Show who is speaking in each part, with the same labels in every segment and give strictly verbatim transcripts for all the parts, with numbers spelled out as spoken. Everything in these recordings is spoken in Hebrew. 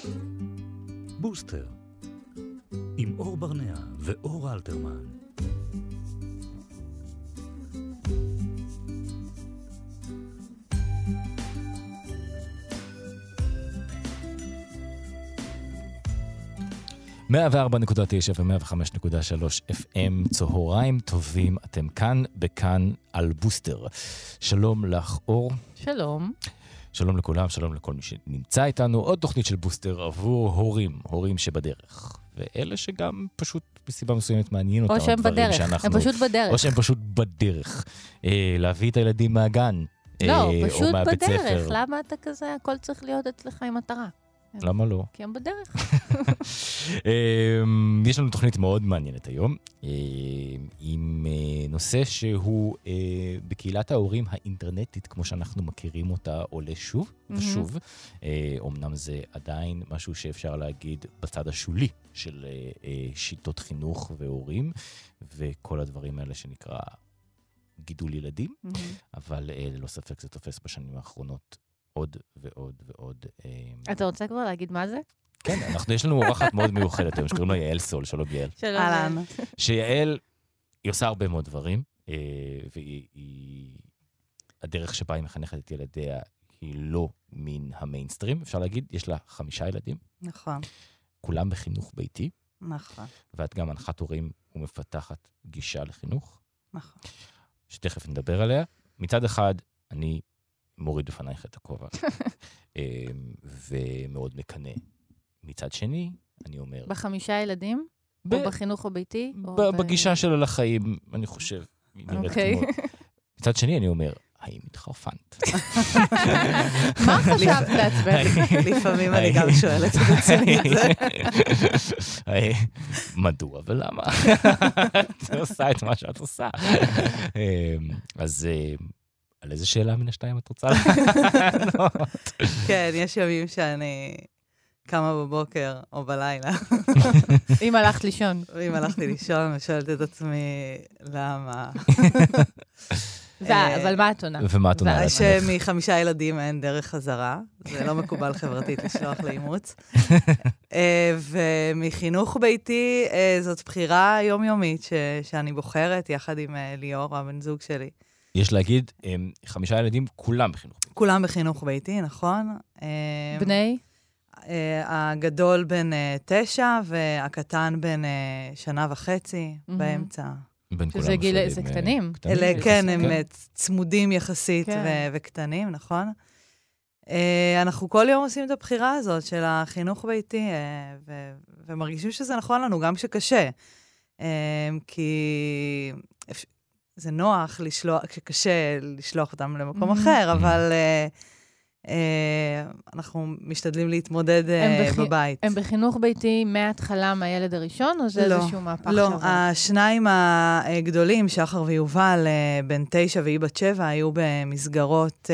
Speaker 1: בוסטר, עם אור ברנע ואור אלתרמן. מאה וארבע נקודה תשע ו-מאה וחמש נקודה שלוש אף אם, צהריים טובים, אתם כאן, בכאן על בוסטר. שלום לך אור.
Speaker 2: שלום.
Speaker 1: שלום לכולם, שלום לכל מי שנמצא איתנו. עוד תוכנית של בוסטר עבור הורים, הורים שבדרך. ואלה שגם פשוט בסיבה מסוימת מעניין אותם.
Speaker 2: או שהם בדרך,
Speaker 1: שאנחנו,
Speaker 2: הם פשוט בדרך.
Speaker 1: או שהם פשוט בדרך. אה, להביא את הילדים מהגן.
Speaker 2: לא,
Speaker 1: אה,
Speaker 2: פשוט בדרך.
Speaker 1: ספר.
Speaker 2: למה אתה כזה, הכל צריך להיות אצלך עם מטרה?
Speaker 1: למה לא?
Speaker 2: כי הם בדרך.
Speaker 1: יש לנו תוכנית מאוד מעניינת היום, עם נושא שהוא בקהילת ההורים האינטרנטית, כמו שאנחנו מכירים אותה, עולה שוב ושוב. אמנם זה עדיין משהו שאפשר להגיד בצד השולי של שיטות חינוך והורים, וכל הדברים האלה שנקרא גידול ילדים, אבל ללא ספק זה תופס בשנים האחרונות עוד ועוד ועוד.
Speaker 2: אתה רוצה כבר להגיד מה זה?
Speaker 1: כן, אנחנו, יש לנו אורחת מאוד מיוחדת היום, שקוראים לה יעל סול, שלום יעל.
Speaker 2: שלום.
Speaker 3: אהלן.
Speaker 1: שיעל, היא עושה הרבה מאוד דברים, והיא, הדרך שבה היא מחנכת את ילדיה, היא לא מן המיינסטרים, אפשר להגיד, יש לה חמישה ילדים.
Speaker 3: נכון.
Speaker 1: כולם בחינוך ביתי.
Speaker 3: נכון.
Speaker 1: ואת גם מנחת הורים ומפתחת גישה לחינוך.
Speaker 3: נכון.
Speaker 1: שתכף נדבר עליה. מצד אחד, אני מוריד בפנייך את הכובע, ומאוד מקנה. מצד שני, אני אומר...
Speaker 2: בחמישה ילדים?
Speaker 1: ב-
Speaker 2: או בחינוך הביתי?
Speaker 1: ב- או בגישה ב- שלה לחיים, אני חושב.
Speaker 2: אוקיי.
Speaker 1: כמו... מצד שני, אני אומר, האם התחרפנת?
Speaker 2: מה חשבת לעצמך?
Speaker 3: לפעמים אני גם שואלת את עצמי את זה.
Speaker 1: מדוע ולמה? את עושה את מה שאת עושה. אז... על איזה שאלה מן השתיים את רוצה?
Speaker 3: כן, יש ימים שאני קמה בבוקר או בלילה.
Speaker 2: אם הלכת לישון.
Speaker 3: אם הלכתי לישון, ושואלת את עצמי, למה?
Speaker 2: אבל מה את עונה?
Speaker 1: ומה את עונה?
Speaker 3: שמחמישה ילדים אין דרך חזרה. זה לא מקובל חברתית לשלוח לאימוץ. ומחינוך ביתי, זאת בחירה יומיומית שאני בוחרת, יחד עם ליאור, הבן זוג שלי.
Speaker 1: יש להגיד, חמישה ילדים, כולם בחינוך ביתי.
Speaker 3: כולם בחינוך ביתי, נכון.
Speaker 2: בני?
Speaker 3: הגדול בן תשע, והקטן בן שנה וחצי, באמצע.
Speaker 2: שזה גיל, זה קטנים.
Speaker 3: אלה, כן, הם צמודים יחסית וקטנים, נכון. אנחנו כל יום עושים את הבחירה הזאת של החינוך ביתי, ומרגישים שזה נכון לנו, גם שקשה. כי... זה נוח לשלוח, כשקשה לשלוח אותם למקום אחר, אבל אנחנו משתדלים להתמודד בבית.
Speaker 2: הם בחינוך ביתי מההתחלה מהילד הראשון, או זה איזשהו מהפך?
Speaker 3: לא, השניים הגדולים, שחר ויובל, בן תשע והיא בת שבע, היו במסגרות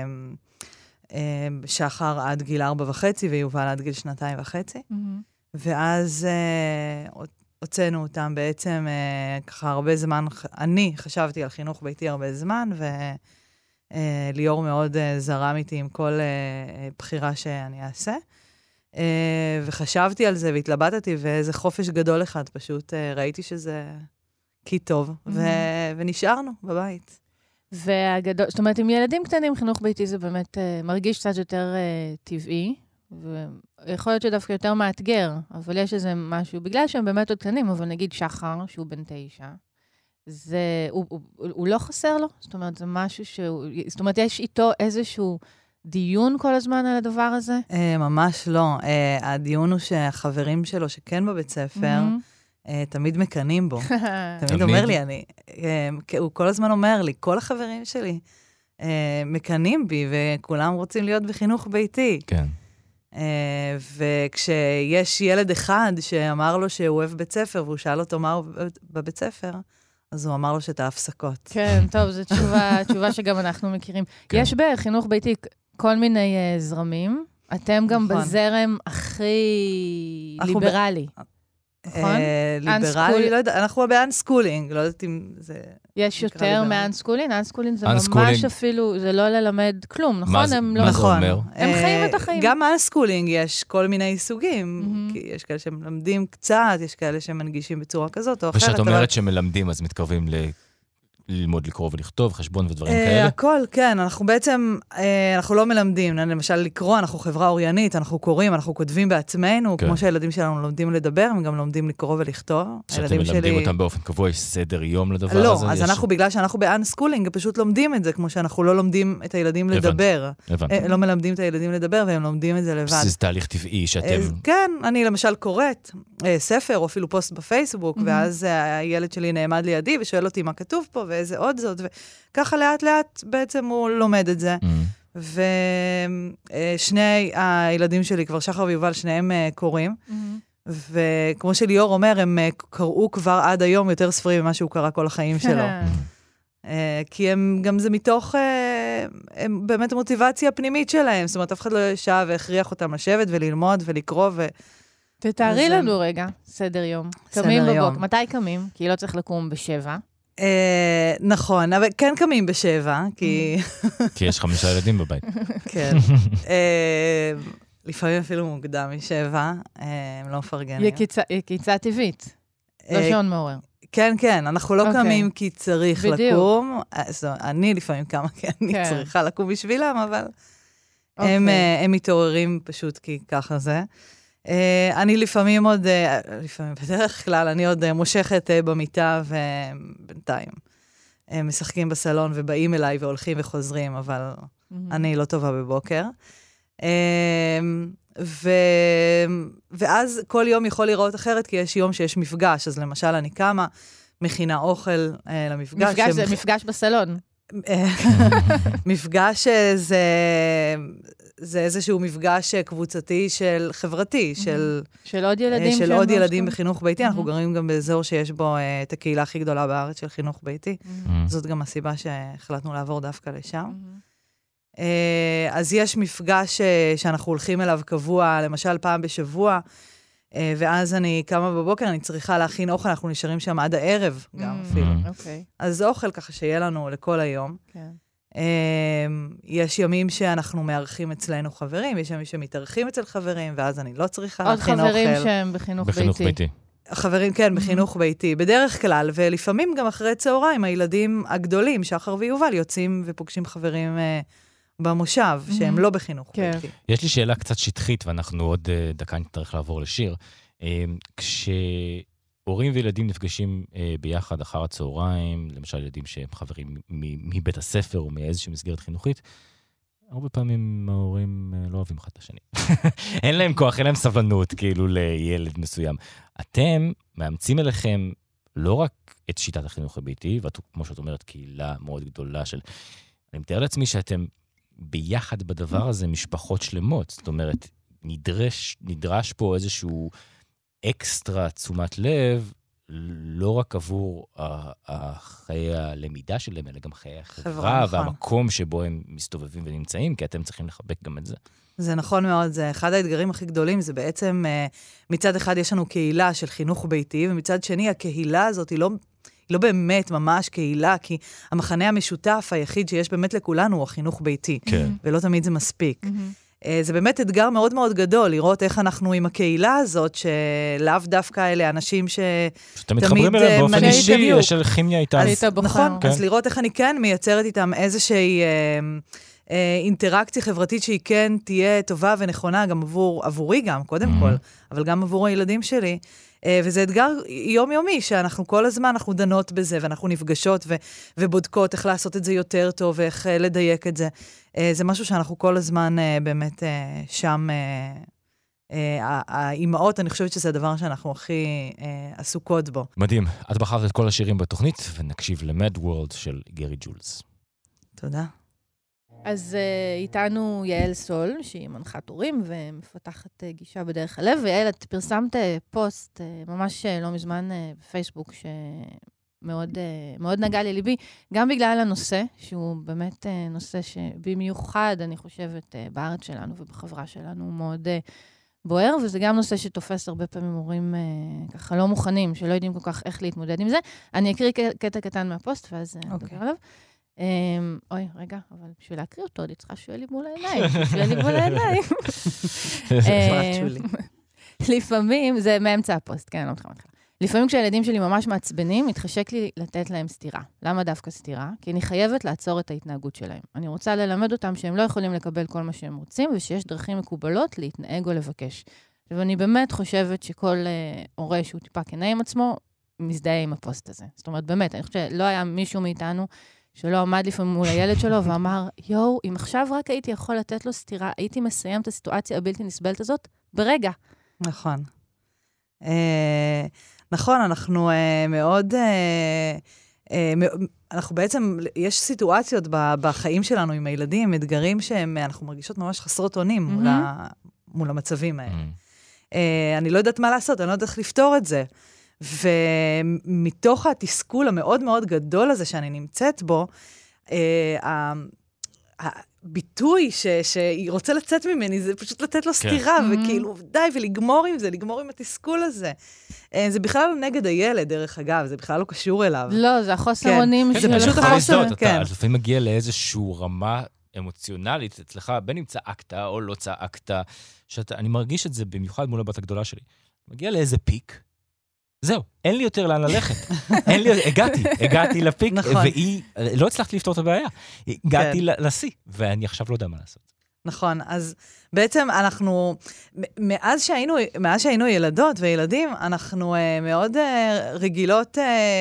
Speaker 3: שחר עד גיל ארבע וחצי, ויובל עד גיל שנתיים וחצי. ואז... הוצאנו אותם בעצם ככה הרבה זמן, אני חשבתי על חינוך ביתי הרבה זמן, וליאור מאוד זרם איתי עם כל בחירה שאני אעשה. וחשבתי על זה והתלבטתי, ואיזה חופש גדול אחד, פשוט ראיתי שזה כי טוב, ונשארנו בבית.
Speaker 2: והגדול, זאת אומרת, עם ילדים קטנים, חינוך ביתי זה באמת מרגיש קצת יותר טבעי, ויכול להיות שדווקא יותר מאתגר, אבל יש איזה משהו, בגלל שהם באמת עוד קטנים, אבל נגיד שחר, שהוא בן תשע, זה, הוא, הוא, הוא, הוא לא חסר לו? זאת אומרת, זה משהו שהוא, זאת אומרת, יש איתו איזשהו דיון כל הזמן על הדבר הזה?
Speaker 3: ממש לא. הדיון הוא שהחברים שלו, שכן בבית ספר, תמיד מקנים בו. תמיד אומר לי, אני, הוא כל הזמן אומר לי, כל החברים שלי מקנים בי, וכולם רוצים להיות בחינוך ביתי.
Speaker 1: כן.
Speaker 3: וכשיש ילד אחד שאמר לו שהוא אוהב בית ספר, והוא שאל אותו מה הוא בבית ספר, אז הוא אמר לו שאת ההפסקות.
Speaker 2: כן, טוב, זו תשובה, תשובה שגם אנחנו מכירים. כן. יש בחינוך ביתי כל מיני uh, זרמים, אתם גם נכון. בזרם הכי ליברלי. ב... נכון?
Speaker 3: ליברלי, לא יודע, אנחנו באנסקולינג, לא יודעת אם זה...
Speaker 2: יש יותר מאנסקולינג? אנסקולינג זה
Speaker 1: Unschooling-
Speaker 2: ממש אפילו, זה לא ללמד כלום, נכון?
Speaker 1: מה זה-
Speaker 2: הם לא...
Speaker 1: מה זה אומר?
Speaker 2: הם חיים את החיים.
Speaker 3: גם אנסקולינג יש כל מיני סוגים,
Speaker 2: מהמם.
Speaker 3: כי יש כאלה שמלמדים קצת, יש כאלה שמנגישים בצורה כזאת או אחרת.
Speaker 1: ושאת
Speaker 3: אבל-
Speaker 1: אומרת שמלמדים, אז מתקרבים ל... ללמוד לקרוא ולכתוב, חשבון ודברים
Speaker 3: אה,
Speaker 1: כאלה?
Speaker 3: הכל, כן, אנחנו בעצם, אה, אנחנו לא מלמדים, למשל לקרוא, אנחנו חברה אוריינית, אנחנו קוראים, אנחנו כותבים בעצמנו,
Speaker 1: כן.
Speaker 3: כמו שהילדים שלנו לומדים לדבר, הם גם לומדים לקרוא ולכתוב.
Speaker 1: שאתם
Speaker 3: הילדים
Speaker 1: מלמדים
Speaker 3: שלי-
Speaker 1: אותם באופן קבוע, יש סדר יום לדבר
Speaker 3: לא,
Speaker 1: הזה?
Speaker 3: אז
Speaker 1: יש-
Speaker 3: אנחנו, בגלל שאנחנו באנסקולינג, פשוט לומדים את זה, כמו שאנחנו לא לומדים את הילדים
Speaker 1: הבנתי.
Speaker 3: לדבר.
Speaker 1: הבנתי.
Speaker 3: אה, לא מלמדים את הילדים לדבר, והם לומדים את זה לבד.
Speaker 1: זה תהליך טבעי שאתם...
Speaker 3: אז כן, אני למשל קוראת אה, ספר, או אפילו פוסט בפייסבוק,
Speaker 2: מהמם.
Speaker 3: ואז אה, הילד שלי נעמד לידי ושואל אותי מה כתוב פה, ואיזה עוד זאת, וככה לאט לאט בעצם הוא לומד את זה.
Speaker 1: Mm.
Speaker 3: ושני הילדים שלי, כבר שחר ויובל, שניהם אה, קוראים,
Speaker 2: מהמם.
Speaker 3: וכמו שליאור אומר, הם אה, קראו כבר עד היום יותר ספרים ממה שהוא קרא כל החיים שלו. אה, כי הם, גם זה מתוך, אה, הם באמת המוטיבציה הפנימית שלהם, זאת אומרת, אף אחד לא ישב והכריח אותם לשבת וללמוד ולקרוא, ו...
Speaker 2: תתארי
Speaker 3: אז,
Speaker 2: לנו רגע, סדר יום.
Speaker 3: סדר
Speaker 2: קמים
Speaker 3: יום.
Speaker 2: בבוקר. מתי קמים? כי לא צריך לקום בשבע.
Speaker 3: אה, נכון, אבל כן קמים בשבע, כי...
Speaker 1: כי יש חמישה ילדים בבית.
Speaker 3: כן. אה, לפעמים אפילו מוקדם משבע, אה, הם לא מפרגנים.
Speaker 2: יקיצה- יקיצה טבעית. לא
Speaker 3: אה,
Speaker 2: שעון מעורר.
Speaker 3: כן, כן, אנחנו לא
Speaker 2: אוקיי.
Speaker 3: קמים כי צריך
Speaker 2: בדיוק.
Speaker 3: לקום. אז אני לפעמים קמה כי אני
Speaker 2: כן.
Speaker 3: צריכה לקום בשבילם, אבל
Speaker 2: אוקיי.
Speaker 3: הם, אה, הם מתעוררים פשוט כי ככה זה. אה, אני לפעמים עוד, אה, לפעמים, בדרך כלל, אני עוד אה, מושכת אה, במיטה, ובינתיים הם משחקים בסלון ובאים אליי והולכים וחוזרים, אבל
Speaker 2: מהמם.
Speaker 3: אני לא טובה בבוקר. אה, ו... ואז כל יום יכול להיראות אחרת, כי יש יום שיש מפגש. אז למשל, אני קמה, מכינה אוכל אה, למפגש.
Speaker 2: מפגש זה
Speaker 3: שמח-
Speaker 2: מפגש בסלון.
Speaker 3: אה, מפגש אה, זה, זה איזשהו מפגש אה, קבוצתי של חברתי, של,
Speaker 2: של עוד
Speaker 3: אה,
Speaker 2: ילדים.
Speaker 3: של
Speaker 2: שהם
Speaker 3: עוד
Speaker 2: ממש
Speaker 3: ילדים
Speaker 2: טוב.
Speaker 3: בחינוך ביתי. אנחנו
Speaker 2: מהמם.
Speaker 3: גרים גם באזור שיש בו אה, את הקהילה הכי גדולה בארץ של חינוך ביתי.
Speaker 2: מהמם.
Speaker 1: Mm.
Speaker 3: זאת גם הסיבה שהחלטנו לעבור דווקא לשם.
Speaker 2: מהמם.
Speaker 3: אה, אז יש מפגש אה, שאנחנו הולכים אליו קבוע, למשל פעם בשבוע, אה, ואז אני קמה בבוקר, אני צריכה להכין אוכל, אנחנו נשארים שם עד הערב גם
Speaker 2: Mm.
Speaker 3: אפילו.
Speaker 1: Mm.
Speaker 2: אוקיי,
Speaker 3: אז אוכל ככה שיהיה לנו לכל היום.
Speaker 2: כן.
Speaker 3: אה, יש ימים שאנחנו מארחים אצלנו חברים, יש ימים שמתארחים אצל חברים, ואז אני לא צריכה
Speaker 2: עוד
Speaker 3: להכין
Speaker 2: חברים
Speaker 3: אוכל.
Speaker 2: שהם בחינוך
Speaker 1: בחינוך
Speaker 2: ביתי.
Speaker 1: ביתי.
Speaker 3: חברים, כן, בחינוך ביתי, בדרך כלל, ולפעמים גם אחרי צהריים, הילדים הגדולים, שחר ויובל, יוצאים ופוגשים חברים אה, במושב, שהם
Speaker 2: Mhm.
Speaker 3: לא בחינוך
Speaker 2: כן.
Speaker 3: ביתי.
Speaker 1: יש לי שאלה קצת שטחית, ואנחנו עוד אה, דקה נצטרך לעבור לשיר. אה, כשהורים וילדים נפגשים אה, ביחד אחר הצהריים, למשל ילדים שהם חברים מ- מבית הספר או מאיזושהי מסגרת חינוכית, הרבה פעמים ההורים אה, לא אוהבים אחד את השני. אין להם כוח, אין להם סבלנות, כאילו, לילד מסוים. אתם מאמצים אליכם לא רק את שיטת החינוך הביתי, וכמו שאת אומרת, קהילה מאוד גדולה של... אני מתאר לעצמי שאתם ביחד בדבר הזה משפחות שלמות. זאת אומרת, נדרש, נדרש פה איזשהו אקסטרה תשומת לב, לא רק עבור ה- ה- חיי הלמידה שלהם, אלא גם חיי החברה,
Speaker 3: חברה, נכון.
Speaker 1: והמקום שבו הם מסתובבים ונמצאים, כי אתם צריכים לחבק גם את זה.
Speaker 3: זה נכון מאוד, זה אחד האתגרים הכי גדולים, זה בעצם, אה, מצד אחד יש לנו קהילה של חינוך ביתי, ומצד שני הקהילה הזאת היא לא, היא לא באמת ממש קהילה, כי המחנה המשותף היחיד שיש באמת לכולנו הוא החינוך ביתי,
Speaker 1: כן.
Speaker 3: ולא תמיד זה מספיק.
Speaker 2: מהמם.
Speaker 3: אה, זה באמת אתגר מאוד מאוד גדול, לראות איך אנחנו עם הקהילה הזאת, שלאו דווקא אלה אנשים ש...
Speaker 1: שאתם מתחברים
Speaker 3: אה,
Speaker 1: אליהם באופן
Speaker 3: מלא
Speaker 1: אישי,
Speaker 3: בדיוק.
Speaker 1: יש על כימיה איתם.
Speaker 2: אז- היית בוחר.
Speaker 3: נכון,
Speaker 1: כן.
Speaker 3: אז לראות איך אני כן מייצרת איתם איזושהי אה, אה, אינטראקציה חברתית שהיא כן תהיה טובה ונכונה, גם עבור, עבורי גם, קודם
Speaker 1: Mhm.
Speaker 3: כל, אבל גם עבור הילדים שלי. אה, וזה אתגר יומיומי, שאנחנו כל הזמן, אנחנו דנות בזה, ואנחנו נפגשות ו- ובודקות איך לעשות את זה יותר טוב, ואיך אה, לדייק את זה. אה, זה משהו שאנחנו כל הזמן אה, באמת אה, שם... אה, אה, האימהות, אני חושבת שזה הדבר שאנחנו הכי אה, עסוקות בו.
Speaker 1: מדהים. את בחרת את כל השירים בתוכנית, ונקשיב למד וורלד של גרי ג'ולס.
Speaker 3: תודה.
Speaker 2: אז uh, איתנו יעל סול, שהיא מנחת הורים ומפתחת uh, גישה בדרך הלב, ויעל, את פרסמת uh, פוסט uh, ממש uh, לא מזמן uh, בפייסבוק, שמאוד uh, מאוד נגע לליבי, גם בגלל הנושא, שהוא באמת uh, נושא שבמיוחד, אני חושבת, uh, בארץ שלנו ובחברה שלנו, הוא מאוד uh, בוער, וזה גם נושא שתופס הרבה פעמים הורים ככה לא מוכנים, שלא יודעים כל כך איך להתמודד עם זה. אני אקריא קטע קטן מהפוסט, ואז נדבר עליו. אוי, רגע, אבל בשביל להקריא אותו, אני צריכה שיהיה לי מול העיניים, שיהיה לי מול העיניים. לפעמים, זה מאמצע הפוסט, כן, אני לא מתחילה מתחילה. לפעמים כשהילדים שלי ממש מעצבנים, מתחשק לי לתת להם סתירה. למה דווקא סתירה? כי אני חייבת לעצור את ההתנהגות שלהם. אני רוצה ללמד אותם שהם לא יכולים לקבל כל מה שהם רוצים, ושיש דרכים מקובלות להתנהג או לבקש. ואני באמת חושבת שכל uh, הורה שהוא טיפה כנה עם עצמו, מזדהה עם הפוסט הזה. זאת אומרת, באמת, אני חושבת שלא היה מישהו מאיתנו שלא עמד לפעמים מול הילד שלו ואמר, יואו, אם עכשיו רק הייתי יכול לתת לו סתירה, הייתי מסיים את הסיטואציה הבלתי נסבלת הזאת ברגע.
Speaker 3: נכון. אה, נכון, אנחנו אה, מאוד... אה, אה, אנחנו בעצם, יש סיטואציות בחיים שלנו עם הילדים, אתגרים שהם, אנחנו מרגישות ממש חסרות אונים מול, ה, מול המצבים האלה. אה, אני לא יודעת מה לעשות, אני לא יודעת איך לפתור את זה. ומתוך התסכול המאוד מאוד גדול הזה שאני נמצאת בו, אה, הביטוי ש, שהיא רוצה לצאת ממני, זה פשוט לתת לו סתירה, כן. וכאילו, די, ולגמור עם זה, לגמור עם התסכול הזה. אה, זה בכלל לא נגד הילד, דרך אגב, זה בכלל לא קשור אליו.
Speaker 2: לא, זה החוסר אונים
Speaker 1: כן,
Speaker 2: שלך.
Speaker 1: זה פשוט החוסר. אתה לפעמים מגיע לאיזשהו רמה אמוציונלית, אצלך, בין אם צעקת או לא צעקת, שאני מרגיש את זה במיוחד מול הבת הגדולה שלי. מגיע לאיזה פיק, זהו, אין לי יותר לאן ללכת. אין לי, הגעתי, הגעתי לפיק, והיא, לא הצלחתי לפתור את הבעיה. הגעתי לשיא, ואני עכשיו לא יודע מה לעשות.
Speaker 3: נכון, אז בעצם אנחנו, מאז שהיינו, מאז שהיינו ילדות וילדים, אנחנו מאוד רגילות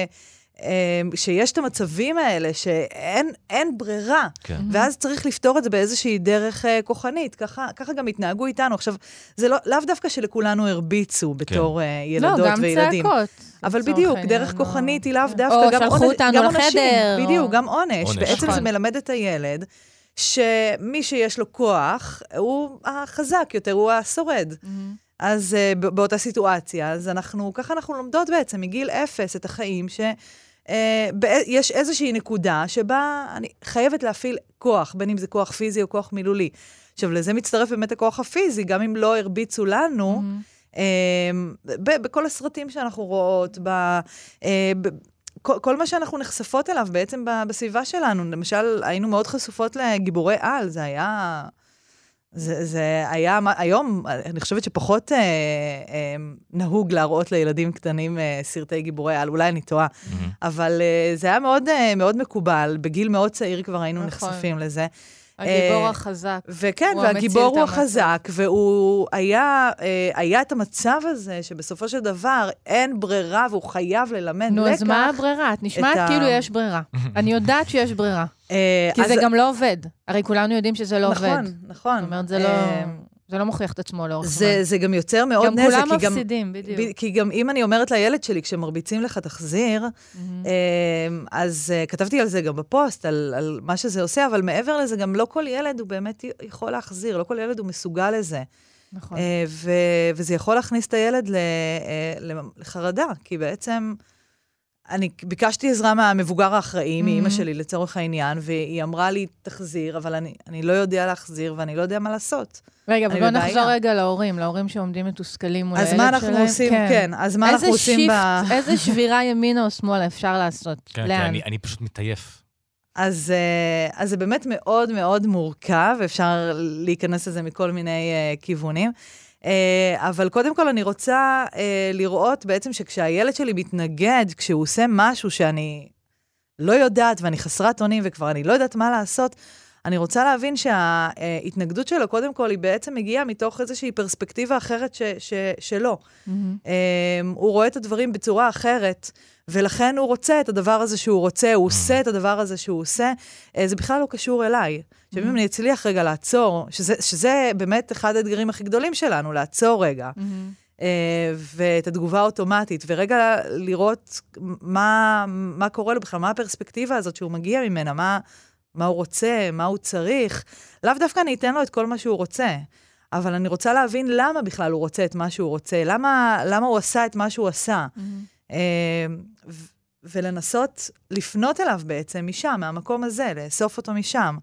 Speaker 3: שיש את המצבים האלה, שאין אין ברירה, כן. ואז צריך לפתור את זה באיזושהי דרך uh, כוחנית, ככה, ככה גם התנהגו איתנו. עכשיו, זה לא, לאו דווקא שלכולנו הרביצו בתור כן. uh, ילדות
Speaker 2: לא, גם
Speaker 3: וילדים.
Speaker 2: צעקות.
Speaker 3: אבל בדיוק, דרך לא... כוחנית היא לאו דווקא,
Speaker 2: או
Speaker 3: גם
Speaker 2: שלחו
Speaker 3: עונש,
Speaker 2: אותנו
Speaker 3: גם
Speaker 2: לחדר.
Speaker 3: עונשים, בדיוק, גם עונש.
Speaker 1: עונש.
Speaker 3: בעצם
Speaker 2: נכון.
Speaker 3: זה מלמד את הילד, שמי שיש לו כוח, הוא החזק יותר, הוא השורד. Mm-hmm. אז uh, באותה סיטואציה, אז אנחנו, ככה אנחנו לומדות בעצם, מגיל אפס את החיים ש... Uh, יש איזושהי נקודה שבה אני חייבת להפעיל כוח, בין אם זה כוח פיזי או כוח מילולי. עכשיו, לזה מצטרף באמת הכוח הפיזי, גם אם לא הרביצו לנו, mm-hmm. uh, ב- בכל הסרטים שאנחנו רואות, ב- uh, ב- כל, כל מה שאנחנו נחשפות אליו בעצם ב- בסביבה שלנו. למשל, היינו מאוד חשופות לגיבורי על, זה היה... זה, זה היה, היום, אני חושבת שפחות אה, אה, נהוג להראות לילדים קטנים אה, סרטי גיבורי על, אולי אני טועה, mm-hmm. אבל אה, זה היה מאוד, אה, מאוד מקובל, בגיל מאוד צעיר כבר היינו נכון. נחשפים לזה.
Speaker 2: הגיבור החזק.
Speaker 3: וכן, והגיבור הוא החזק, והוא היה, היה את המצב הזה, שבסופו של דבר אין ברירה, והוא חייב ללמד לקח.
Speaker 2: נו, אז מה הברירה? את נשמעת כאילו יש ברירה. אני יודעת שיש ברירה. כי זה גם לא עובד. הרי כולנו יודעים שזה לא עובד.
Speaker 3: נכון, נכון.
Speaker 2: זאת אומרת, זה לא... זה לא מוכיח את עצמו לאורך זמן.
Speaker 3: זה, זה גם יוצר מאוד
Speaker 2: גם
Speaker 3: נזק.
Speaker 2: גם כולם מפסידים, בדיוק.
Speaker 3: ב, כי גם אם אני אומרת לילד שלי, כשמרביצים לך תחזיר, mm-hmm. אז uh, כתבתי על זה גם בפוסט, על, על מה שזה עושה, אבל מעבר לזה, גם לא כל ילד הוא באמת יכול להחזיר, לא כל ילד הוא מסוגל לזה.
Speaker 2: נכון.
Speaker 3: Uh, ו, וזה יכול להכניס את הילד ל, uh, לחרדה, כי בעצם... אני ביקשתי עזרה מהמבוגר האחראי, mm-hmm. מאמא שלי לצורך העניין, והיא אמרה לי, תחזיר, אבל אני, אני לא יודע להחזיר, ואני לא יודע מה לעשות.
Speaker 2: רגע, אבל בוא נחזור רגע להורים, להורים שעומדים מתוסכלים מול הילד שלהם.
Speaker 3: אז מה אנחנו עושים, כן, כן אז מה אנחנו עושים ב...
Speaker 2: איזה שבירה ימינה או שמאלה אפשר לעשות?
Speaker 1: כן,
Speaker 2: לאן?
Speaker 1: כן, אני, אני פשוט מתעייף.
Speaker 3: אז, אז זה באמת מאוד מאוד מורכב, אפשר להיכנס לזה מכל מיני uh, כיוונים. Uh, אבל קודם כל אני רוצה uh, לראות בעצם שכשהילד שלי מתנגד, כשהוא עושה משהו שאני לא יודעת ואני חסרת אונים וכבר אני לא יודעת מה לעשות, אני רוצה להבין שההתנגדות שלו קודם כל היא בעצם מגיעה מתוך איזושהי פרספקטיבה אחרת ש- ש- שלו. Mm-hmm. Uh, הוא רואה את הדברים בצורה אחרת, ולכן הוא רוצה את הדבר הזה שהוא רוצה, הוא עושה את הדבר הזה שהוא עושה, uh, זה בכלל לא קשור אליי. עכשיו, אם אני אצליח רגע לעצור, שזה, שזה באמת אחד האתגרים הכי גדולים שלנו, לעצור רגע, mm-hmm. ואת התגובה האוטומטית, ורגע לראות מה, מה קורה לו בכלל, מה הפרספקטיבה הזאת שהוא מגיע ממנה, מה, מה הוא רוצה, מה הוא צריך. לאו דווקא אני אתן לו את כל מה שהוא רוצה, אבל אני רוצה להבין למה בכלל הוא רוצה את מה שהוא רוצה, למה, למה הוא עשה את מה שהוא עשה. Mm-hmm. ו- ולנסות לפנות אליו בעצם משם, מהמקום הזה, לאסוף אותו משם.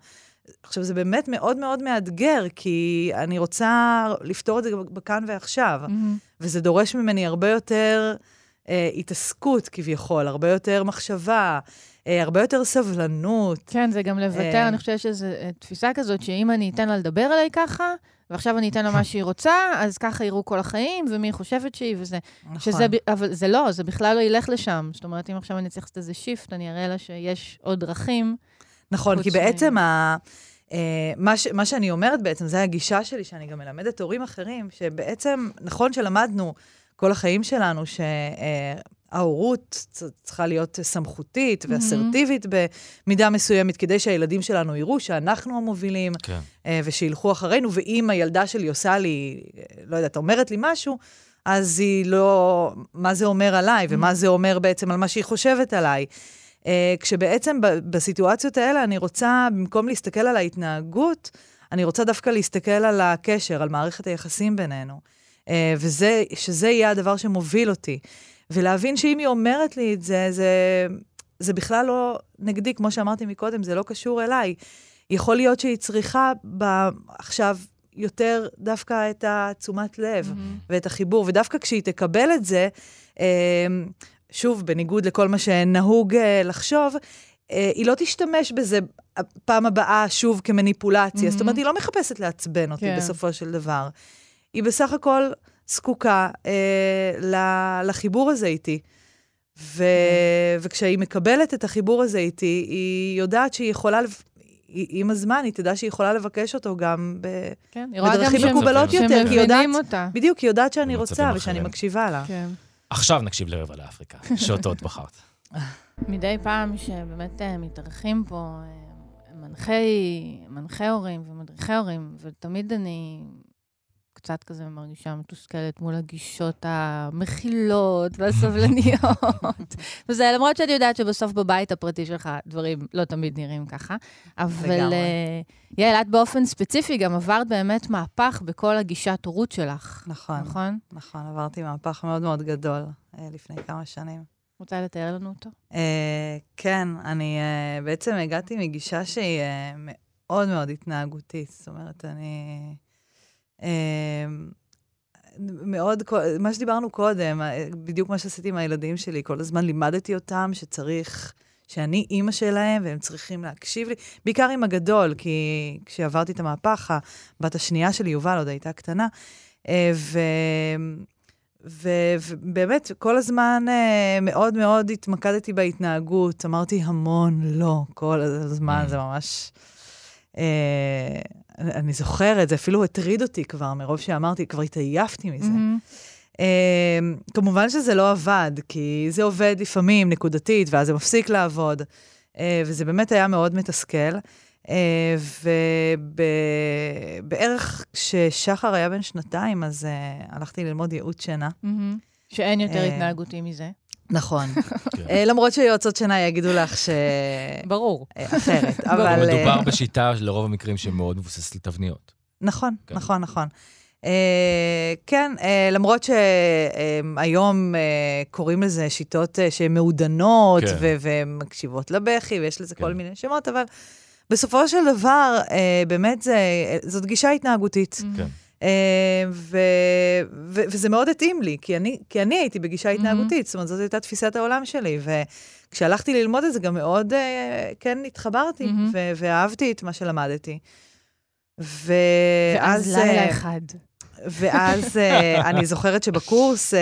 Speaker 3: עכשיו, זה באמת מאוד מאוד מאתגר, כי אני רוצה לפתור את זה בכאן ועכשיו, mm-hmm. וזה דורש ממני הרבה יותר אה, התעסקות כביכול, הרבה יותר מחשבה, אה, הרבה יותר סבלנות.
Speaker 2: כן, זה גם לוותר, אה... אני חושבת שזו תפיסה כזאת, שאם אני אתן לה לדבר עליי ככה, ועכשיו אני אתן לה מה שהיא רוצה, אז ככה יראו כל החיים, ומי חושבת שהיא וזה. נכון. שזה, אבל זה לא, זה בכלל לא ילך לשם. זאת אומרת, אם עכשיו אני צריך לעשות איזה שיפט, אני אראה לה שיש עוד דרכים.
Speaker 3: נכון, כי בעצם ה... מה, ש, מה שאני אומרת בעצם, זה הגישה שלי, שאני גם מלמדת הורים אחרים, שבעצם, נכון שלמדנו כל החיים שלנו, שההורות צריכה להיות סמכותית ואסרטיבית במידה מסוימת, כדי שהילדים שלנו יראו שאנחנו המובילים, כן. ושילכו אחרינו, ואם הילדה שלי עושה לי, לא יודעת, אומרת לי משהו, אז היא לא, מה זה אומר עליי, ומה זה אומר בעצם על מה שהיא חושבת עליי. Uh, כשבעצם ב- בסיטואציות האלה אני רוצה, במקום להסתכל על ההתנהגות, אני רוצה דווקא להסתכל על הקשר, על מערכת היחסים בינינו. Uh, וזה, שזה יהיה הדבר שמוביל אותי. ולהבין שאם היא אומרת לי את זה, זה, זה בכלל לא נגדי, כמו שאמרתי מקודם, זה לא קשור אליי. יכול להיות שהיא צריכה ב- עכשיו יותר דווקא את התשומת לב mm-hmm. ואת החיבור, ודווקא כשהיא תקבל את זה, uh, שוב, בניגוד לכל מה שנהוג uh, לחשוב, uh, היא לא תשתמש בזה פעם הבאה שוב כמניפולציה. Mm-hmm. זאת אומרת, היא לא מחפשת לעצבן אותי כן. בסופו של דבר. היא בסך הכל זקוקה uh, לחיבור הזה איתי. ו- mm-hmm. וכשהיא מקבלת את החיבור הזה איתי, היא יודעת שהיא יכולה, לב... עם הזמן, היא תדע שהיא יכולה לבקש אותו גם ב- כן, בדרכים מקובלות יותר. כי יודעת, אותה. בדיוק, היא יודעת שאני רוצה ושאני מקשיבה לה.
Speaker 1: כן. עכשיו נקשיב לרבע לאפריקה, שאותות בחרת.
Speaker 2: מדי פעם שבאמת מתארחים פה מנחי, מנחי הורים ומדריכי הורים, ותמיד אני קצת כזה מרגישה מתוסכלת מול הגישות המכילות והסבלניות. וזה למרות שאני יודעת שבסוף בבית הפרטי שלך דברים לא תמיד נראים ככה. אבל יעל, את באופן ספציפי גם עברת באמת מהפך בכל הגישת הורות שלך.
Speaker 3: נכון.
Speaker 2: נכון?
Speaker 3: נכון, עברתי מהפך מאוד מאוד גדול לפני כמה שנים.
Speaker 2: רוצה לתאר לנו אותו?
Speaker 3: כן, אני בעצם הגעתי מגישה שהיא מאוד מאוד התנהגותית. זאת אומרת, אני... מאוד, מה שדיברנו קודם, בדיוק מה שעשיתי עם הילדים שלי, כל הזמן לימדתי אותם שצריך, שאני אימא שלהם, והם צריכים להקשיב לי, בעיקר עם הגדול, כי כשעברתי את המהפך, הבת השנייה שלי, יובל, עוד הייתה קטנה, ו... ובאמת, כל הזמן מאוד מאוד התמקדתי בהתנהגות, אמרתי המון לא, כל הזמן, זה ממש... אני זוכרת, זה אפילו הטריד אותי כבר, מרוב שאמרתי, כבר התעייפתי מזה. כמובן שזה לא עבד, כי זה עובד לפעמים נקודתית, ואז זה מפסיק לעבוד, וזה באמת היה מאוד מתסכל. ובערך כששחר היה בן שנתיים, אז הלכתי ללמוד ייעוץ שינה.
Speaker 2: שאין יותר התנהגותי מזה.
Speaker 3: נכון. למרות שיועצות שינה יגידו לך ש...
Speaker 2: ברור.
Speaker 3: אחרת, אבל...
Speaker 1: מדובר בשיטה לרוב המקרים שמאוד מבוססת לתבניות.
Speaker 3: נכון, נכון, נכון. כן, למרות שהיום קוראים לזה שיטות שהן מעודנות, ומקשיבות לבכי, ויש לזה כל מיני שמות, אבל בסופו של דבר, באמת זאת גישה התנהגותית. כן. וזה מאוד התאים לי, כי אני הייתי בגישה התנהגותית, זאת אומרת, זאת הייתה תפיסת העולם שלי, וכשהלכתי ללמוד את זה גם מאוד, כן, התחברתי, ואהבתי את מה שלמדתי.
Speaker 2: ואז לילה אחד.
Speaker 3: ואז אני זוכרת שבקורס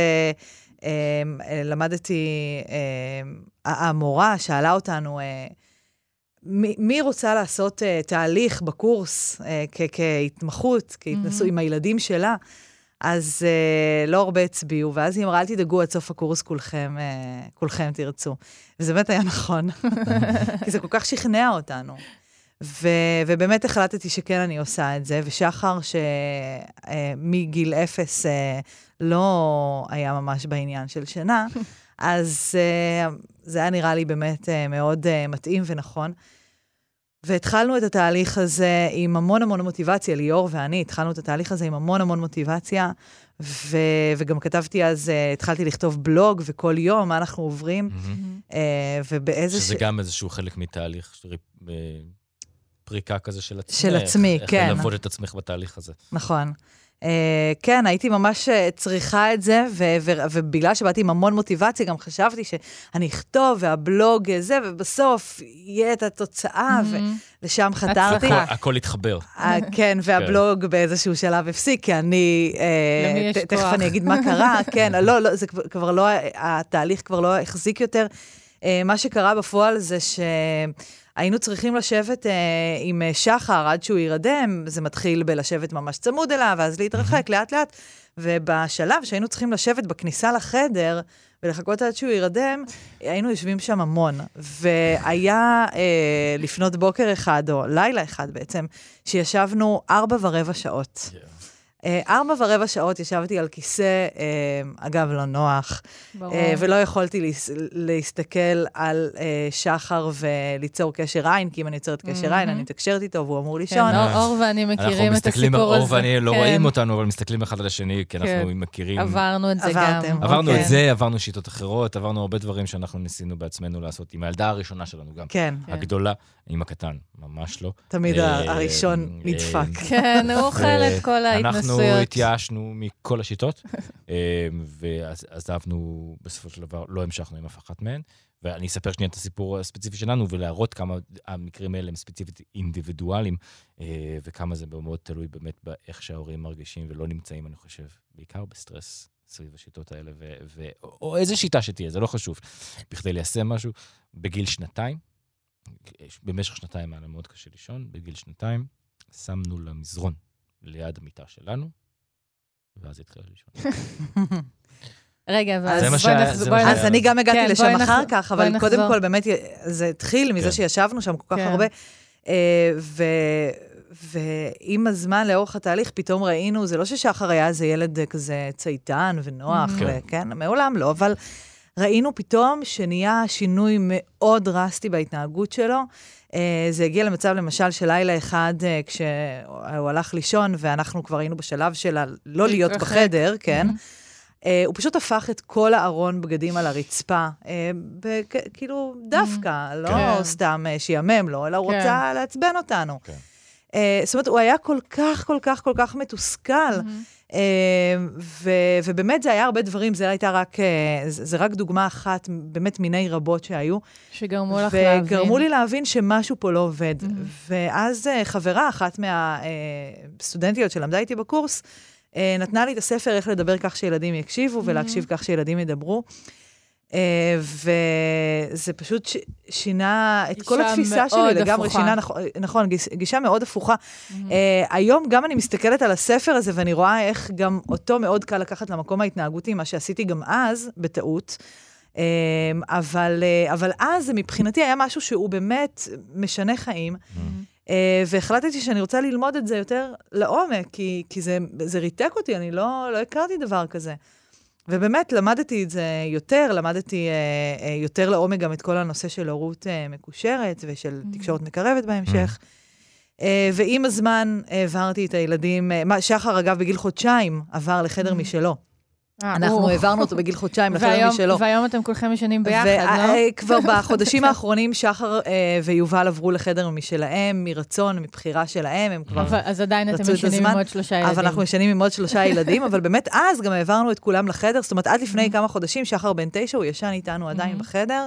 Speaker 3: למדתי, המורה שאלה אותנו, מי רוצה לעשות uh, תהליך בקורס uh, כ- כהתמחות, כהתנסו mm-hmm. עם הילדים שלה, אז uh, לא הרבה הצביעו, ואז היא אמרה, אל תדאגו עד סוף הקורס, כולכם, uh, כולכם תרצו. וזה באמת היה נכון, כי זה כל כך שכנע אותנו. ו- ובאמת החלטתי שכן אני עושה את זה, ושחר שמגיל uh, אפס uh, לא היה ממש בעניין של שינה, אז uh, זה היה נראה לי באמת uh, מאוד uh, מתאים ונכון. והתחלנו את התהליך הזה עם המון המון מוטיבציה, ליאור ואני, התחלנו את התהליך הזה עם המון המון מוטיבציה, ו- וגם כתבתי אז, uh, התחלתי לכתוב בלוג, וכל יום מה אנחנו עוברים, mm-hmm. uh, ובאיזה...
Speaker 1: שזה ש... גם איזשהו חלק מתהליך, שריפ... פריקה כזה של עצמך.
Speaker 3: של עצמי, כן.
Speaker 1: איך ללוות את עצמך בתהליך הזה.
Speaker 3: נכון. Uh, כן, הייתי ממש צריכה את זה, ו- ו- ובגלל שבאתי עם המון מוטיבציה, גם חשבתי שאני אכתוב, והבלוג זה, ובסוף יהיה את התוצאה, ולשם חתרתי.
Speaker 1: הכל התחבר.
Speaker 3: Uh, כן, והבלוג באיזשהו שלב הפסיק, כי אני, uh, ת- תכף אני אגיד מה קרה, כן, לא, לא, זה כבר לא, התהליך כבר לא החזיק יותר. Uh, מה שקרה בפועל זה ש... היינו צריכים לשבת אה, עם שחר עד שהוא ירדם, זה מתחיל בלשבת ממש צמוד אליו, ואז להתרחק לאט לאט, ובשלב שהיינו צריכים לשבת בכניסה לחדר, ולחכות עד שהוא ירדם, היינו יושבים שם המון. והיה אה, לפנות בוקר אחד, או לילה אחד בעצם, שישבנו ארבע ורבע שעות. Yeah. ארבע ורבע שעות ישבתי על כיסא, אגב, לא נוח, ולא יכולתי להסתכל על שחר וליצור קשר עין, כי אם אני יוצרת קשר עין, אני מתקשרת איתו, והוא אמור לישון.
Speaker 2: כן, אור ואני מכירים את הסיפור הזה.
Speaker 1: אור ואני לא רואים אותנו, אבל מסתכלים אחד על השני, כי אנחנו מכירים.
Speaker 2: עברנו את זה גם.
Speaker 1: עברנו את זה, עברנו שיטות אחרות, עברנו הרבה דברים שאנחנו ניסינו בעצמנו לעשות, עם הילדה הראשונה שלנו גם.
Speaker 3: כן.
Speaker 1: הגדולה, עם הקטן, ממש לא.
Speaker 3: תמיד הראשון נדפק.
Speaker 2: כן, הוא אוכל את כל ההתנסויות.
Speaker 1: אנחנו התייאשנו מכל השיטות, ועזבנו, בסופו של דבר, לא המשכנו עם אף אחת מהן, ואני אספר שנייה את הסיפור הספציפי שלנו, ולהראות כמה המקרים האלה הם ספציפית אינדיבידואליים, וכמה זה מאוד תלוי באמת באיך שההורים מרגישים ולא נמצאים, אני חושב, בעיקר בסטרס סביב השיטות האלה, או איזה שיטה שתהיה, זה לא חשוב, בכדי ליישם משהו, בגיל שנתיים, במשך שנתיים היה מאוד קשה לישון, בגיל שנתיים שמנו למזרון ליד המיטה שלנו, ואז התחילה לישון.
Speaker 2: רגע,
Speaker 3: אז אני גם הגעתי לשם אחר כך, אבל קודם כל באמת זה התחיל מזה שישבנו שם כל כך הרבה, ועם הזמן לאורך התהליך פתאום ראינו, זה לא ששחר היה איזה ילד כזה צייתן ונוח, כן, מעולם לא, אבל ראינו פתאום שנהיה שינוי מאוד דרסטי בהתנהגות שלו. זה הגיע למצב, למשל, של לילה אחד, כשהוא הלך לישון, ואנחנו כבר היינו בשלב של לא להיות בחדר, כן? הוא פשוט הפך את כל הארון בגדים על הרצפה, כאילו דווקא, לא סתם שיאמם לו, אלא הוא רוצה לעצבן אותנו. זאת אומרת, הוא היה כל כך, כל כך, כל כך מתוסכל, ובאמת זה היה הרבה דברים, זה הייתה רק, זה רק דוגמה אחת, באמת מיני רבות שהיו.
Speaker 2: שגרמו לך להבין.
Speaker 3: וגרמו לי להבין שמשהו פה לא עובד. ואז חברה, אחת מהסטודנטיות שלמדה איתי בקורס, נתנה לי את הספר איך לדבר כך שילדים יקשיבו, ולהקשיב כך שילדים ידברו. וזה פשוט שינה את כל התפיסה שלי לגמרי, שינה, נכון, גישה מאוד הפוכה. היום גם אני מסתכלת על הספר הזה, ואני רואה איך גם אותו מאוד קל לקחת למקום ההתנהגותי, מה שעשיתי גם אז, בטעות, אבל, אבל אז מבחינתי היה משהו שהוא באמת משנה חיים, והחלטתי שאני רוצה ללמוד את זה יותר לעומק, כי, כי זה, זה ריתק אותי, אני לא, לא הכרתי דבר כזה. ובאמת למדתי את זה יותר, למדתי אה, אה, יותר לעומק גם את כל הנושא של הורות אה, מקושרת, ושל mm-hmm. תקשורת מקרבת בהמשך. Mm-hmm. אה, ועם הזמן העברתי את הילדים, אה, שחר אגב בגיל חודשיים עבר לחדר mm-hmm. משלו. אנחנו העברנו אותו בגיל חודשיים לחדר משלו.
Speaker 2: והיום אתם כולכם ישנים ביחד, לא?
Speaker 3: כבר בחודשים האחרונים שחר ויובל עברו לחדר משלהם, מרצון, מבחירה שלהם, הם כבר...
Speaker 2: אז עדיין אתם ישנים עם עוד שלושה ילדים.
Speaker 3: אבל אנחנו ישנים עם עוד שלושה ילדים, אבל באמת אז גם העברנו את כולם לחדר, זאת אומרת, עד לפני כמה חודשים, שחר בן תשע, הוא ישן איתנו עדיין בחדר,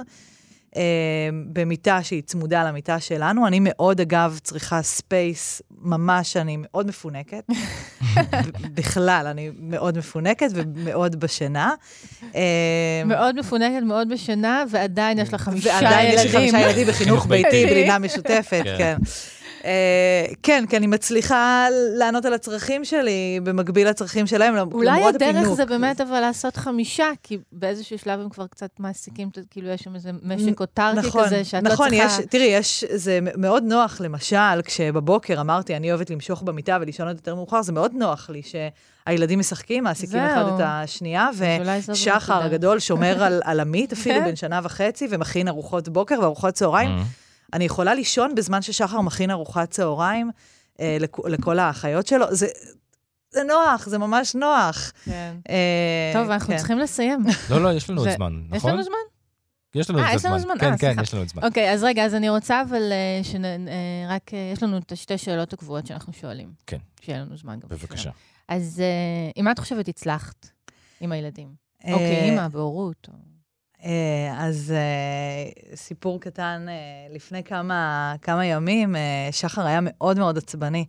Speaker 3: במיטה שהיא צמודה למיטה שלנו. אני מאוד, אגב, צריכה ספייס, ממש אני מאוד מפונקת. בכלל, אני מאוד מפונקת ומאוד בשינה.
Speaker 2: מאוד מפונקת, מאוד בשינה, ועדיין יש לך חמישה ילדים.
Speaker 3: ועדיין יש לך חמישה ילדים בחינוך ביתי, בלינה משותפת, כן. כן, כי אני מצליחה לענות על הצרכים שלי, במקביל לצרכים שלהם, למרות הפינוק.
Speaker 2: אולי הדרך זה באמת אבל לעשות חמישה, כי באיזשהו שלב הם כבר קצת מעסיקים, כאילו יש שם איזה משק אוטרקי כזה, שאת לא צריכה...
Speaker 3: נכון, תראי, זה מאוד נוח, למשל, כשבבוקר אמרתי, אני אוהבת למשוך במיטה ולישון עוד יותר מאוחר, זה מאוד נוח לי שהילדים משחקים, מעסיקים אחד את השנייה, ושחר הגדול שומר על עמית, אפילו בין שנה וחצי, ומכין ארוחות בוקר וארוחות צהריים. אני יכולה לישון בזמן ששחר מכין ארוחת צהריים אה, לכ- לכל האחיות שלו. זה, זה נוח, זה ממש נוח.
Speaker 2: כן. אה, טוב, אנחנו כן. צריכים לסיים.
Speaker 1: לא, לא, יש לנו עוד זמן, נכון?
Speaker 2: יש לנו זמן?
Speaker 1: יש לנו את הזמן. כן, כן, יש לנו את זמן.
Speaker 2: אוקיי, אז רגע, אז אני רוצה, אבל רק, יש לנו את השתי שאלות הקבועות שאנחנו שואלים.
Speaker 1: כן.
Speaker 2: שיהיה לנו זמן גם.
Speaker 1: בבקשה.
Speaker 2: אז אם את חושבת הצלחת עם הילדים? אוקיי, אמא, בהורות.
Speaker 3: אז סיפור קטן, לפני כמה, כמה ימים, שחר היה מאוד מאוד עצבני,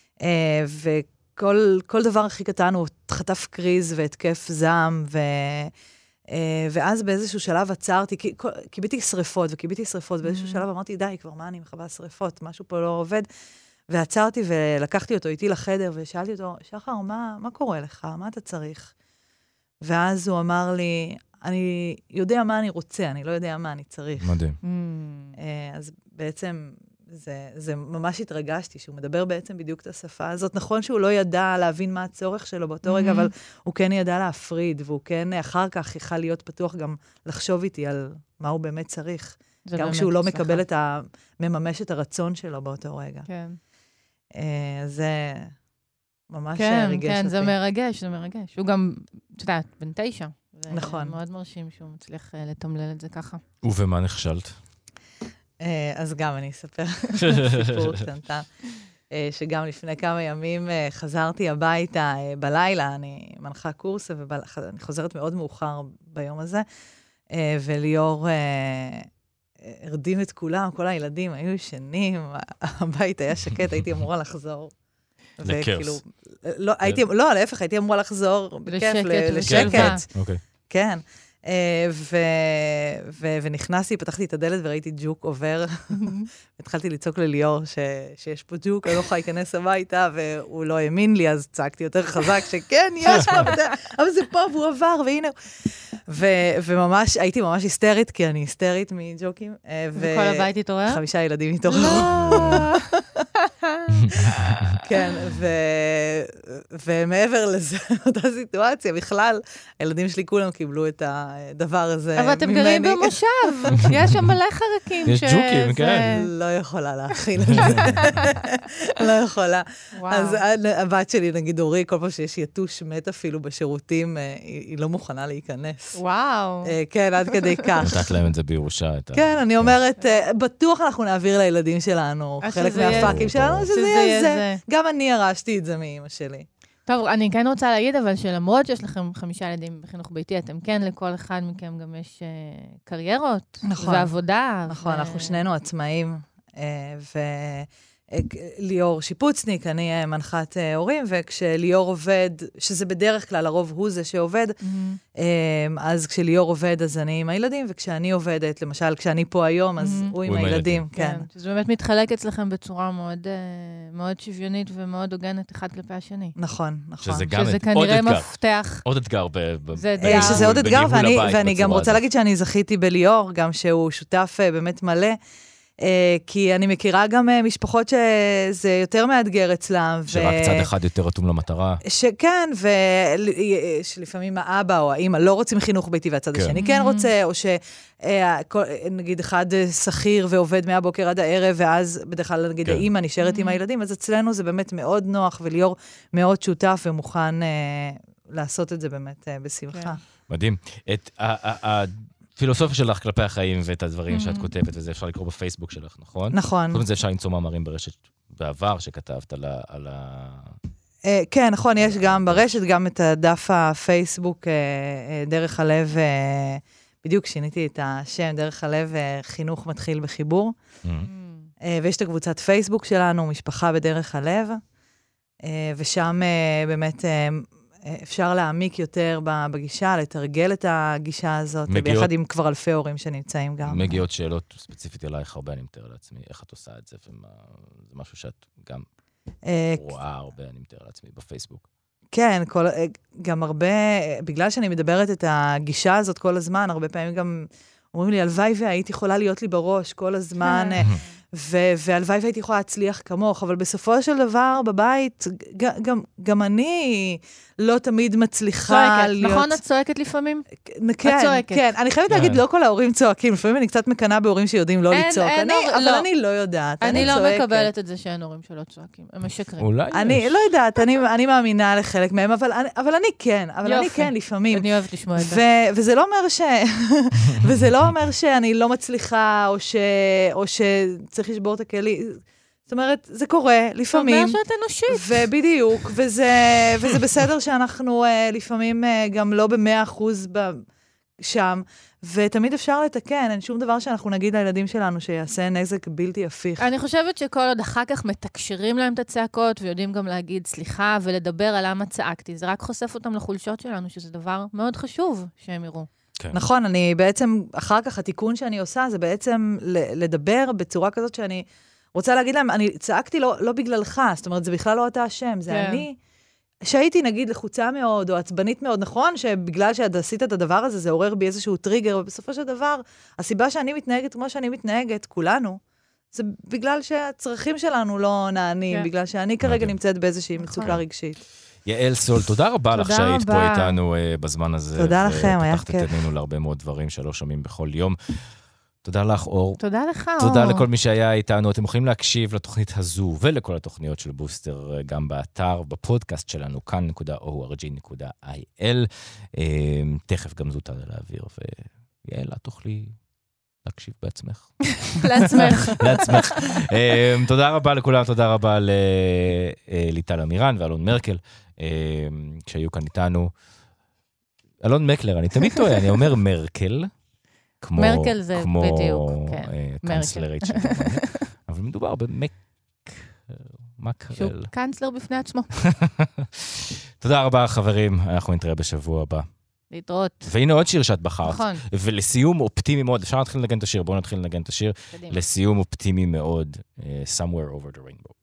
Speaker 3: וכל כל דבר הכי קטן הוא חטף קריז והתקף זעם, ו... ואז באיזשהו שלב עצרתי, קיביתי שריפות, וקיביתי שריפות, באיזשהו שלב אמרתי, די, כבר מה אני מחווה שריפות, משהו פה לא עובד, ועצרתי ולקחתי אותו איתי לחדר, ושאלתי אותו, שחר, מה, מה קורה לך? מה אתה צריך? ואז הוא אמר לי, אני יודע מה אני רוצה, אני לא יודע מה אני צריך.
Speaker 1: מדהים.
Speaker 3: אז בעצם זה, זה ממש התרגשתי, שהוא מדבר בעצם בדיוק את השפה הזאת. נכון שהוא לא ידע להבין מה הצורך שלו באותו רגע, אבל הוא כן ידע להפריד, והוא כן אחר כך יכל להיות פתוח גם לחשוב איתי על מה הוא באמת צריך. גם כשהוא לא מקבל את ה... מממש את הרצון שלו באותו רגע.
Speaker 2: כן.
Speaker 3: זה ממש
Speaker 2: כן,
Speaker 3: ריגש
Speaker 2: כן,
Speaker 3: אותי.
Speaker 2: זה מרגש, זה מרגש. הוא גם, אתה יודעת, בן תשע.
Speaker 3: נכון.
Speaker 2: מאוד מרשים שהוא מצליח לתמלל את זה ככה.
Speaker 1: ובמה נכשלת?
Speaker 3: אז גם אני אספר סיפור קטנטן, שגם לפני כמה ימים חזרתי הביתה בלילה, אני מנחה קורס, ואני חוזרת מאוד מאוחר ביום הזה, וליאור הרדים את כולם, כל הילדים היו ישנים, הבית היה שקט, הייתי אמורה לחזור.
Speaker 1: לקרס.
Speaker 3: לא, להפך, הייתי אמורה לחזור בכיף, לשקט. כן. ונכנסתי, פתחתי את הדלת וראיתי ג'וק עובר. התחלתי לצעוק לליאור שיש פה ג'וק, אני לא יכולה להיכנס הביתה, והוא לא האמין לי, אז צעקתי יותר חזק שכן, יש פה, אבל זה פה, והוא עבר, והנה. וממש, הייתי ממש היסטרית, כי אני היסטרית מג'וקים.
Speaker 2: וכל הבית התעורר?
Speaker 3: חמישה ילדים התעוררו. כן, ומעבר לזה, אותה סיטואציה, בכלל, הילדים שלי כולם קיבלו את הדבר הזה ממני.
Speaker 2: אבל אתם גרים במושב, יש שם מלא חרקים.
Speaker 1: יש ג'וקים, כן.
Speaker 3: לא יכולה להכין את זה. לא יכולה. אז הבת שלי, נגיד אורי, כל פעם שיש יתוש מת אפילו בשירותים, היא לא מוכנה להיכנס.
Speaker 2: וואו.
Speaker 3: כן, עד כדי כך.
Speaker 1: נתת להם את זה בירושה.
Speaker 3: כן, אני אומרת, בטוח אנחנו נעביר לילדים שלנו, חלק מהפאקים שלנו, שזה יהיה זה. גם אני ירשתי את זה מאמא שלי.
Speaker 2: טוב, אני כן רוצה להגיד, אבל שלמרות שיש לכם חמישה ילדים בחינוך ביתי, אתם כן, לכל אחד מכם גם יש קריירות ועבודה.
Speaker 3: נכון, אנחנו שנינו עצמאים, וליאור שיפוצניק, אני מנחת הורים, וכשליאור עובד, שזה בדרך כלל, הרוב הוא זה שעובד, אז כשליאור עובד, אז אני עם הילדים, וכשאני עובדת, למשל, כשאני פה היום, אז הוא עם הילדים, כן.
Speaker 2: זה באמת מתחלק אצלכם בצורה מאוד שוויונית ומאוד הוגנת אחד כלפי השני.
Speaker 3: נכון, נכון.
Speaker 1: שזה גם
Speaker 2: שזה כנראה מפתח.
Speaker 1: עוד אתגר.
Speaker 3: שזה עוד אתגר, ואני גם רוצה להגיד שאני זכיתי בליאור, גם שהוא שותף באמת מלא, כי אני מכירה גם משפחות שזה יותר מאתגר אצלם.
Speaker 1: שרק צד אחד יותר רתום למטרה.
Speaker 3: שכן, ושלפעמים האבא או האמא לא רוצים חינוך ביתי, והצד השני כן רוצה, או שנגיד אחד שכיר ועובד מהבוקר עד הערב, ואז בדרך כלל נגיד האמא נשארת עם הילדים, אז אצלנו זה באמת מאוד נוח, וליאור מאוד שותף ומוכן לעשות את זה באמת בשמחה.
Speaker 1: מדהים. את ה... פילוסופיה שלך כלפי החיים ואת הדברים שאת כותבת, וזה אפשר לקרוא בפייסבוק שלך, נכון?
Speaker 3: נכון.
Speaker 1: קודם זה אפשר למצוא מאמרים ברשת בעבר שכתבת על ה...
Speaker 3: כן, נכון, יש גם ברשת, גם את הדף הפייסבוק, דרך הלב, בדיוק שיניתי את השם, דרך הלב, חינוך מתחיל בחיבור. ויש את הקבוצת פייסבוק שלנו, משפחה בדרך הלב, ושם באמת... אפשר להעמיק יותר בגישה, לתרגל את הגישה הזאת, ביחד עם כבר אלפי הורים שנמצאים גם.
Speaker 1: מגיעות שאלות ספציפית אלייך הרבה, אני מתאר לעצמי, איך את עושה את זה, זה משהו שאת גם רואה הרבה, אני מתאר לעצמי, בפייסבוק.
Speaker 3: כן, גם הרבה, בגלל שאני מדברת את הגישה הזאת כל הזמן, הרבה פעמים גם אומרים לי, הלוואי והיית יכולה להיות לי בראש כל הזמן, ו- והלוואי והייתי יכולה להצליח כמוך, אבל בסופו של דבר בבית, ג- גם, גם אני לא תמיד מצליחה
Speaker 2: צועקת,
Speaker 3: להיות...
Speaker 2: נכון? את צועקת לפעמים?
Speaker 3: כן,
Speaker 2: את צועקת.
Speaker 3: כן. אני חייבת להגיד, לא כל ההורים צועקים, לפעמים אני קצת מקנה בהורים שיודעים לא
Speaker 2: אין-
Speaker 3: לצעוק,
Speaker 2: אין
Speaker 3: אני-
Speaker 2: הור-
Speaker 3: אבל
Speaker 2: לא.
Speaker 3: אני לא יודעת,
Speaker 2: אני לא
Speaker 3: צועקת.
Speaker 2: מקבלת את זה שאין הורים שלא צועקים, הם משקרים.
Speaker 1: אולי
Speaker 3: אני
Speaker 1: יש.
Speaker 3: לא יודעת, אני, אני מאמינה לחלק מהם, אבל, אני- אבל אני כן, אבל אני
Speaker 2: יופי.
Speaker 3: כן לפעמים.
Speaker 2: אני אוהבת לשמוע את זה.
Speaker 3: ו- וזה לא אומר ש... וזה לא אומר שאני לא מצליחה, או, ש... או שצריך לשבור את הכלי. זאת אומרת, זה קורה לפעמים.
Speaker 2: זאת אומרת שאת אנושית.
Speaker 3: ובדיוק, וזה, וזה בסדר שאנחנו uh, לפעמים uh, גם לא במאה אחוז ב... שם, ותמיד אפשר לתקן, אין שום דבר שאנחנו נגיד לילדים שלנו שיעשה נזק בלתי הפיך.
Speaker 2: אני חושבת שכל עוד אחר כך מתקשרים להם את הצעקות, ויודעים גם להגיד סליחה ולדבר על למה צעקתי, זה רק חושף אותם לחולשות שלנו, שזה דבר מאוד חשוב שהם יראו.
Speaker 1: כן.
Speaker 3: נכון, אני בעצם, אחר כך התיקון שאני עושה, זה בעצם לדבר בצורה כזאת שאני רוצה להגיד להם, אני צעקתי לא, לא בגללך, זאת אומרת, זה בכלל לא אתה אשם, זה
Speaker 2: כן.
Speaker 3: אני, שהייתי נגיד לחוצה מאוד, או עצבנית מאוד, נכון, שבגלל שאת עשית את הדבר הזה, זה עורר בי איזשהו טריגר, ובסופו של דבר, הסיבה שאני מתנהגת כמו שאני מתנהגת, כולנו, זה בגלל שהצרכים שלנו לא נענים,
Speaker 2: כן.
Speaker 3: בגלל שאני כרגע
Speaker 1: מדהים.
Speaker 3: נמצאת באיזושהי
Speaker 2: נכון.
Speaker 3: מצוקה רגשית.
Speaker 1: יעל סול, תודה רבה לך
Speaker 2: תודה
Speaker 1: שהיית פה
Speaker 2: רבה.
Speaker 1: איתנו uh, בזמן הזה.
Speaker 3: תודה לכם, היה
Speaker 1: ופתחת
Speaker 3: כיף.
Speaker 1: את עינינו להרבה מאוד דברים שלא שומעים בכל יום. תודה לך, אור.
Speaker 2: תודה לך, אור.
Speaker 1: תודה לכל מי שהיה איתנו. אתם יכולים להקשיב לתוכנית הזו ולכל התוכניות של בוסטר גם באתר, בפודקאסט שלנו, כאן נקודה או אר ג'י נקודה איי אל. תכף גם זו תעלה לאוויר, ויעל, את תוכלי להקשיב בעצמך.
Speaker 2: לעצמך.
Speaker 1: לעצמך. Um, תודה רבה לכולם, תודה רבה לליטל אמירן ואלון מרקל, um, שהיו כאן איתנו. אלון מקלר, אני תמיד טועה, אני אומר מרקל, כמו,
Speaker 2: מרקל זה
Speaker 1: כמו,
Speaker 2: בדיוק, כן,
Speaker 1: uh, קאנצלרית של גרמניה, אבל מדובר במק... מקרל.
Speaker 2: שהוא קאנצלר בפני עצמו.
Speaker 1: תודה רבה, חברים, אנחנו נתראה בשבוע הבא.
Speaker 2: להתראות.
Speaker 1: והנה עוד שיר שאת בחרת.
Speaker 2: נכון.
Speaker 1: ולסיום אופטימי מאוד, אפשר להתחיל לנגן את השיר, בואו נתחיל לנגן את השיר.
Speaker 2: קדימה.
Speaker 1: לסיום אופטימי מאוד, uh, Somewhere Over the Rainbow.